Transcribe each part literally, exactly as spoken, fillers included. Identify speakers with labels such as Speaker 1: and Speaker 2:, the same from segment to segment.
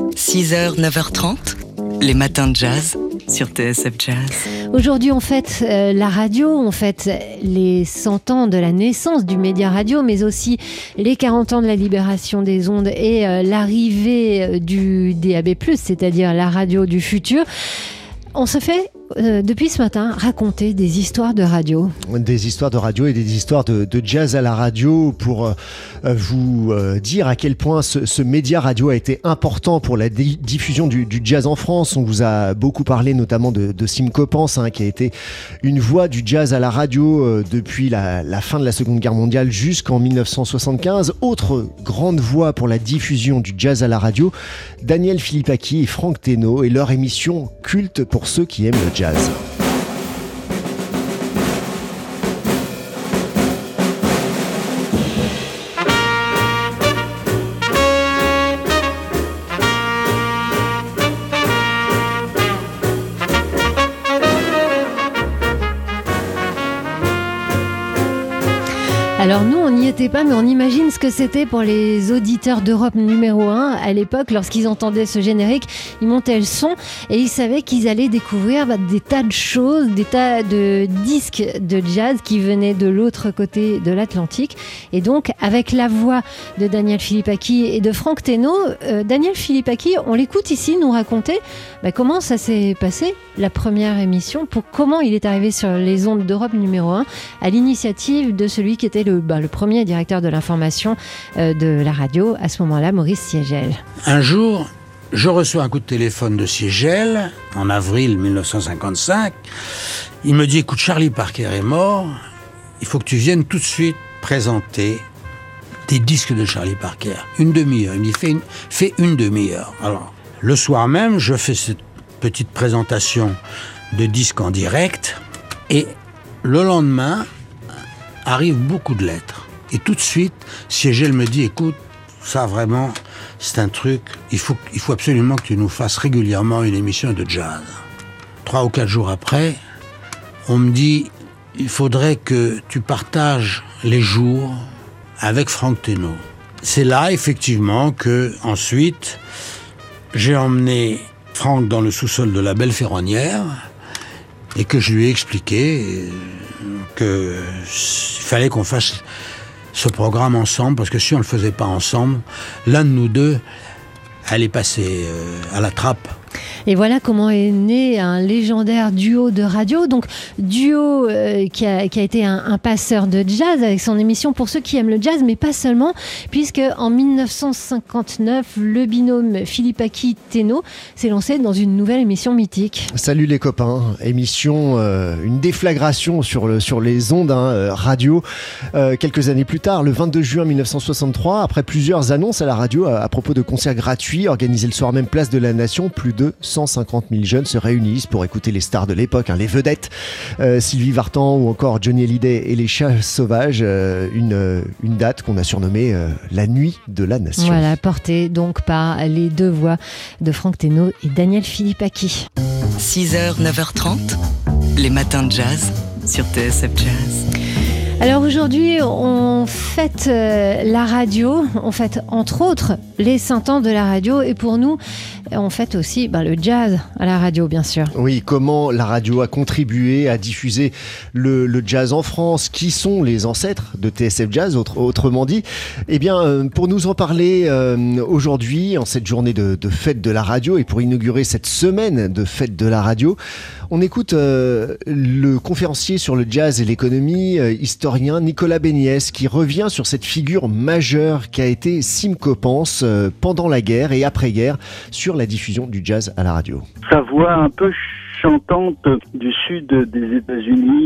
Speaker 1: six heures, neuf heures trente, les matins de jazz sur T S F Jazz.
Speaker 2: Aujourd'hui, on fête euh, la radio, on fête les cent ans de la naissance du média radio, mais aussi les quarante ans de la libération des ondes et euh, l'arrivée du D A B plus, c'est-à-dire la radio du futur. On se fait, euh, depuis ce matin, raconter des histoires de radio.
Speaker 3: Des histoires de radio et des histoires de, de jazz à la radio pour euh, vous euh, dire à quel point ce, ce média radio a été important pour la di- diffusion du, du jazz en France. On vous a beaucoup parlé notamment de, de Sim Coppens, hein, qui a été une voix du jazz à la radio euh, depuis la, la fin de la Seconde Guerre mondiale jusqu'en dix-neuf cent soixante-quinze. Autre grande voix pour la diffusion du jazz à la radio, Daniel Philippaki et Franck Thénault et leur émission culte pour ceux qui aiment le jazz.
Speaker 2: Alors nous, on n'y était pas, mais on imagine ce que c'était pour les auditeurs d'Europe numéro un à l'époque. Lorsqu'ils entendaient ce générique, ils montaient le son et ils savaient qu'ils allaient découvrir bah, des tas de choses, des tas de disques de jazz qui venaient de l'autre côté de l'Atlantique. Et donc, avec la voix de Daniel Philippaki et de Franck Thénault, euh, Daniel Philippaki, on l'écoute ici nous raconter bah, comment ça s'est passé, la première émission, pour comment il est arrivé sur les ondes d'Europe numéro un à l'initiative de celui qui était le, bah, le premier directeur de l'information euh, de la radio, à ce moment-là, Maurice Siegel.
Speaker 4: Un jour, je reçois un coup de téléphone de Siegel, en avril dix-neuf cent cinquante-cinq. Il me dit, écoute, Charlie Parker est mort, il faut que tu viennes tout de suite présenter des disques de Charlie Parker. Une demi-heure. Il me dit, fais une, fais une demi-heure. Alors, le soir même, je fais cette petite présentation de disques en direct, et le lendemain, arrivent beaucoup de lettres. Et tout de suite, Siegel me dit, écoute, ça vraiment, c'est un truc, il faut, il faut absolument que tu nous fasses régulièrement une émission de jazz. Trois ou quatre jours après, on me dit, il faudrait que tu partages les jours avec Franck Thénault. C'est là, effectivement, que ensuite, j'ai emmené Franck dans le sous-sol de la Belle Ferronnière et que je lui ai expliqué qu'il fallait qu'on fasse ce programme ensemble, parce que si on ne le faisait pas ensemble, l'un de nous deux allait passer euh, à la trappe.
Speaker 2: Et voilà comment est né un légendaire duo de radio, donc duo euh, qui, a, qui a été un, un passeur de jazz avec son émission Pour ceux qui aiment le jazz, mais pas seulement, puisque en dix-neuf cent cinquante-neuf, le binôme Philippaki-Thénault s'est lancé dans une nouvelle émission mythique.
Speaker 3: Salut les copains, émission, euh, une déflagration sur, le, sur les ondes hein, radio. Euh, quelques années plus tard, le vingt-deux juin dix-neuf cent soixante-trois, après plusieurs annonces à la radio à, à propos de concerts gratuits organisés le soir même place de la Nation, plus de cent cinquante mille jeunes se réunissent pour écouter les stars de l'époque, hein, les vedettes, euh, Sylvie Vartan ou encore Johnny Hallyday et les Chats Sauvages, euh, une, une date qu'on a surnommée euh, la Nuit de la Nation.
Speaker 2: Voilà, portée donc par les deux voix de Franck Thénault et Daniel Philippaki.
Speaker 1: six heures, neuf heures trente, les matins de jazz sur T S F Jazz.
Speaker 2: Alors aujourd'hui, on fête euh, la radio, on fête entre autres les cent ans de la radio, et pour nous, on fête aussi ben, le jazz à la radio, bien sûr.
Speaker 3: Oui, comment la radio a contribué à diffuser le, le jazz en France, qui sont les ancêtres de T S F Jazz, autre, autrement dit. Eh bien, euh, pour nous en parler euh, aujourd'hui, en cette journée de, de fête de la radio, et pour inaugurer cette semaine de fête de la radio, on écoute euh, le conférencier sur le jazz et l'économie, euh, historien Nicolas Béniès, qui revient sur cette figure majeure qu'a été Sim Coppens euh, pendant la guerre et après-guerre sur la diffusion du jazz à la radio.
Speaker 5: Sa voix un peu chantante du sud des États-Unis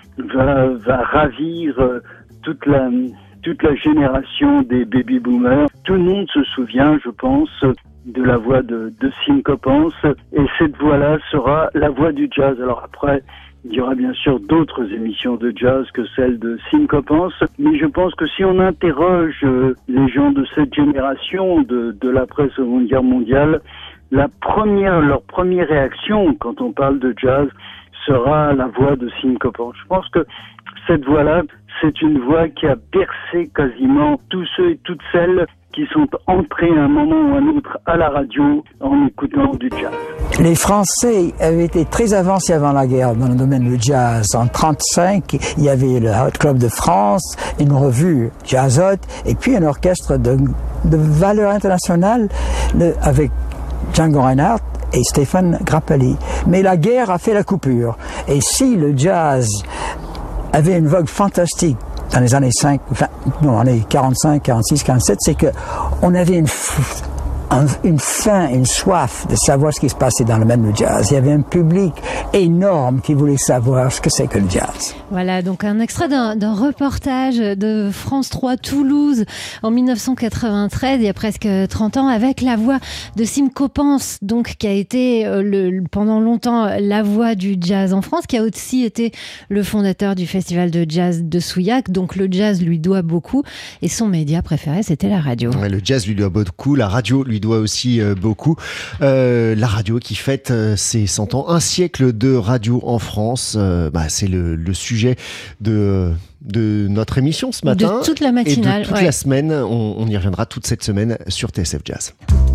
Speaker 5: va, va ravir toute la, toute la génération des baby-boomers. Tout le monde se souvient, je pense, de la voix de, de Sim Coppens, et cette voix-là sera la voix du jazz. Alors après, il y aura bien sûr d'autres émissions de jazz que celle de Sim Coppens, mais je pense que si on interroge les gens de cette génération de, de l'après-Seconde Guerre mondiale, la première, leur première réaction quand on parle de jazz sera la voix de Sim Coppens. Je pense que cette voix-là, c'est une voix qui a bercé quasiment tous ceux et toutes celles qui sont entrés à un moment ou à un autre à la radio en écoutant du jazz.
Speaker 6: Les Français avaient été très avancés avant la guerre dans le domaine du jazz. En trente-cinq, il y avait le Hot Club de France, une revue Jazz Hot, et puis un orchestre de, de valeur internationale le, avec Django Reinhardt et Stéphane Grappelli. Mais la guerre a fait la coupure. Et si le jazz avait une vogue fantastique dans les années cinq, vingt, non, années quarante-cinq, quarante-six, quarante-sept, c'est que on avait une une faim, une soif de savoir ce qui se passait dans le domaine du jazz. Il y avait un public énorme qui voulait savoir ce que c'est que le jazz.
Speaker 2: Voilà, donc un extrait d'un, d'un reportage de France trois Toulouse en dix-neuf cent quatre-vingt-treize, il y a presque trente ans, avec la voix de Sim Coppens, donc qui a été euh, le, pendant longtemps la voix du jazz en France, qui a aussi été le fondateur du festival de jazz de Souillac. Donc le jazz lui doit beaucoup et son média préféré, c'était la radio.
Speaker 3: Ouais, le jazz lui doit beaucoup, la radio lui doit aussi euh, beaucoup. Euh, la radio qui fête euh, ses cent ans, un siècle de radio en France, euh, bah, c'est le, le sujet de, de notre émission ce matin.
Speaker 2: De toute la matinale.
Speaker 3: Et de toute
Speaker 2: ouais.
Speaker 3: la semaine, on, on y reviendra toute cette semaine sur T S F Jazz.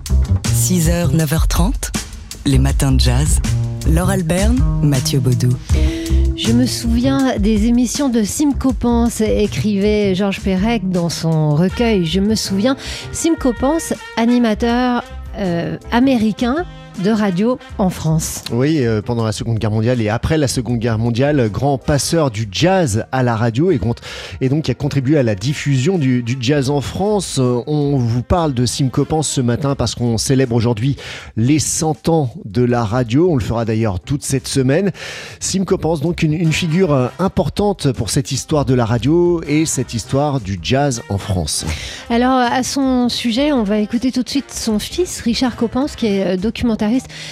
Speaker 1: six heures, neuf heures trente, les matins de jazz. Laure Alberne, Mathieu Baudou.
Speaker 2: Je me souviens des émissions de Sim Coppens, écrivait Georges Perec dans son recueil. Je me souviens, Sim Coppens, animateur euh, américain de radio en France.
Speaker 3: Oui, euh, pendant la Seconde Guerre mondiale et après la Seconde Guerre mondiale, grand passeur du jazz à la radio et, et donc qui a contribué à la diffusion du, du jazz en France. Euh, on vous parle de Sim Coppens ce matin parce qu'on célèbre aujourd'hui les cent ans de la radio. On le fera d'ailleurs toute cette semaine. Sim Coppens, donc une, une figure importante pour cette histoire de la radio et cette histoire du jazz en France.
Speaker 2: Alors, à son sujet, on va écouter tout de suite son fils, Richard Coppens, qui est documentariste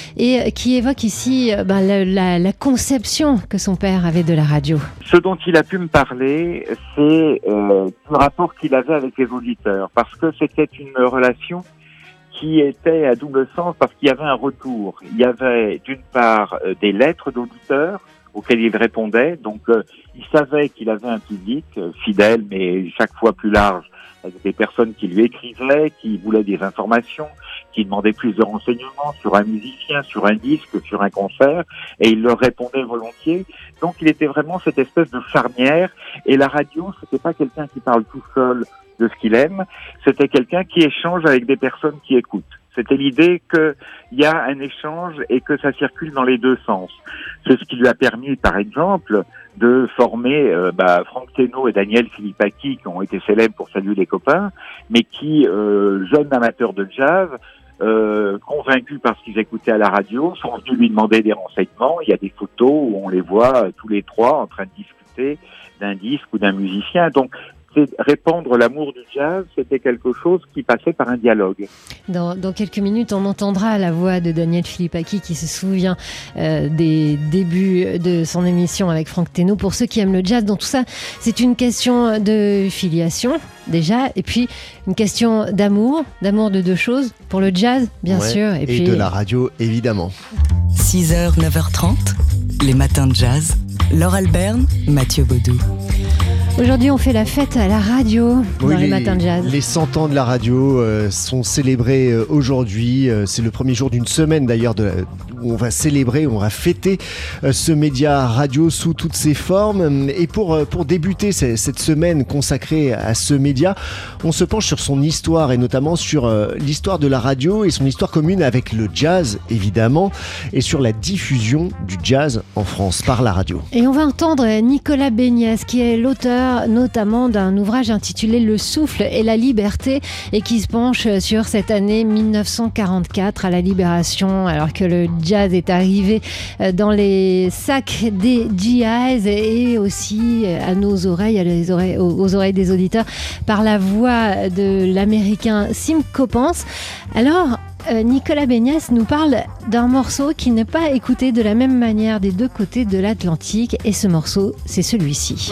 Speaker 2: et qui évoque ici ben, la, la, la conception que son père avait de la radio.
Speaker 7: Ce dont il a pu me parler, c'est euh, le rapport qu'il avait avec les auditeurs, parce que c'était une relation qui était à double sens, parce qu'il y avait un retour. Il y avait d'une part euh, des lettres d'auditeurs auxquelles il répondait, donc euh, il savait qu'il avait un public euh, fidèle, mais chaque fois plus large, avec des personnes qui lui écrivaient, qui voulaient des informations, qui demandaient plus de renseignements sur un musicien, sur un disque, sur un concert, et il leur répondait volontiers. Donc il était vraiment cette espèce de charnière, et la radio, c'était pas quelqu'un qui parle tout seul de ce qu'il aime, c'était quelqu'un qui échange avec des personnes qui écoutent. C'était l'idée qu'il y a un échange et que ça circule dans les deux sens. C'est ce qui lui a permis, par exemple, de former euh, bah, Franck Thénault et Daniel Philippaki, qui ont été célèbres pour Salut les copains, mais qui, euh, jeunes amateurs de jazz, euh, convaincus par ce qu'ils écoutaient à la radio, sont venus lui demander des renseignements. Il y a des photos où on les voit euh, tous les trois en train de discuter d'un disque ou d'un musicien. Donc, c'est répandre l'amour du jazz, c'était quelque chose qui passait par un dialogue.
Speaker 2: Dans, dans quelques minutes, on entendra la voix de Daniel Philippaki qui se souvient euh, des débuts de son émission avec Franck Thénault. Pour ceux qui aiment le jazz, dans tout ça, c'est une question de filiation déjà, et puis une question d'amour, d'amour de deux choses, pour le jazz, bien
Speaker 3: ouais,
Speaker 2: sûr. Et,
Speaker 3: et
Speaker 2: puis...
Speaker 3: de la radio, évidemment.
Speaker 1: six heures, neuf heures trente, les matins de jazz. Laure Alberne, Mathieu Baudou.
Speaker 2: Aujourd'hui, on fait la fête à la radio dans
Speaker 3: oui,
Speaker 2: les, les matins de jazz.
Speaker 3: Les cent ans de la radio euh, sont célébrés euh, aujourd'hui. Euh, c'est le premier jour d'une semaine d'ailleurs de la, où on va célébrer, où on va fêter euh, ce média radio sous toutes ses formes. Et pour, euh, pour débuter c- cette semaine consacrée à ce média, on se penche sur son histoire et notamment sur euh, l'histoire de la radio et son histoire commune avec le jazz évidemment et sur la diffusion du jazz en France par la radio.
Speaker 2: Et on va entendre Nicolas Béniès qui est l'auteur notamment d'un ouvrage intitulé Le souffle et la liberté et qui se penche sur cette année dix-neuf cent quarante-quatre à la Libération, alors que le jazz est arrivé dans les sacs des G Is et aussi à nos oreilles, à les oreilles aux oreilles des auditeurs par la voix de l'américain Sim Coppens. Alors Nicolas Béniès nous parle d'un morceau qui n'est pas écouté de la même manière des deux côtés de l'Atlantique et ce morceau, c'est celui-ci.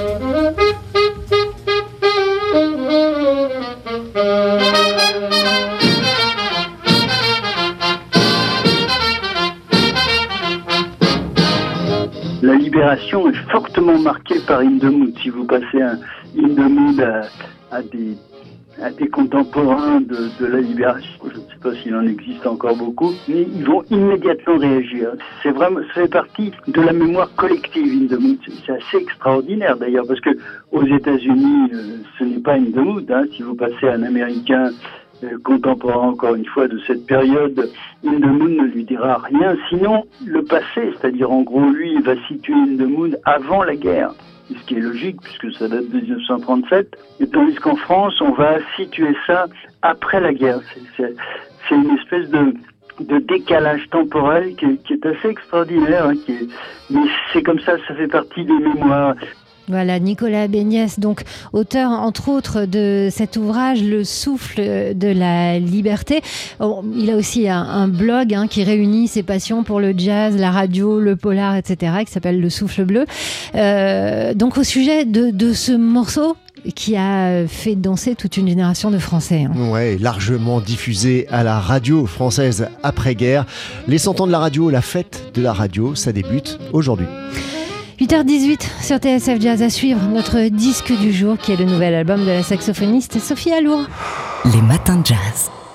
Speaker 5: La Libération est fortement marquée par In the Mood. Si vous passez un In the Mood à, à des à des contemporains de, de la Libération, je ne sais pas s'il en existe encore beaucoup, mais ils vont immédiatement réagir. C'est vraiment, ça fait partie de la mémoire collective, In the Mood. C'est assez extraordinaire d'ailleurs, parce que aux États-Unis, euh, ce n'est pas In the Mood. Hein. Si vous passez à un Américain euh, contemporain, encore une fois, de cette période, In the Mood ne lui dira rien. Sinon, le passé, c'est-à-dire en gros, lui, il va situer In the Mood avant la guerre. Ce qui est logique, puisque ça date de dix-neuf cent trente-sept, et tandis qu'en France, on va situer ça après la guerre. C'est, c'est, c'est une espèce de, de décalage temporel qui est, qui est assez extraordinaire, hein, qui est, mais c'est comme ça, ça fait partie des mémoires.
Speaker 2: Voilà, Nicolas Béniès, donc auteur entre autres de cet ouvrage Le souffle de la liberté. Il a aussi un, un blog hein, qui réunit ses passions pour le jazz, la radio, le polar, et cetera, qui s'appelle Le souffle bleu. Euh, donc au sujet de, de ce morceau qui a fait danser toute une génération de Français. Hein.
Speaker 3: Ouais, largement diffusé à la radio française après-guerre. Les cent ans de la radio, la fête de la radio, ça débute aujourd'hui.
Speaker 2: huit heures dix-huit sur T S F Jazz, à suivre notre disque du jour qui est le nouvel album de la saxophoniste Sophie Allour.
Speaker 1: Les matins de jazz.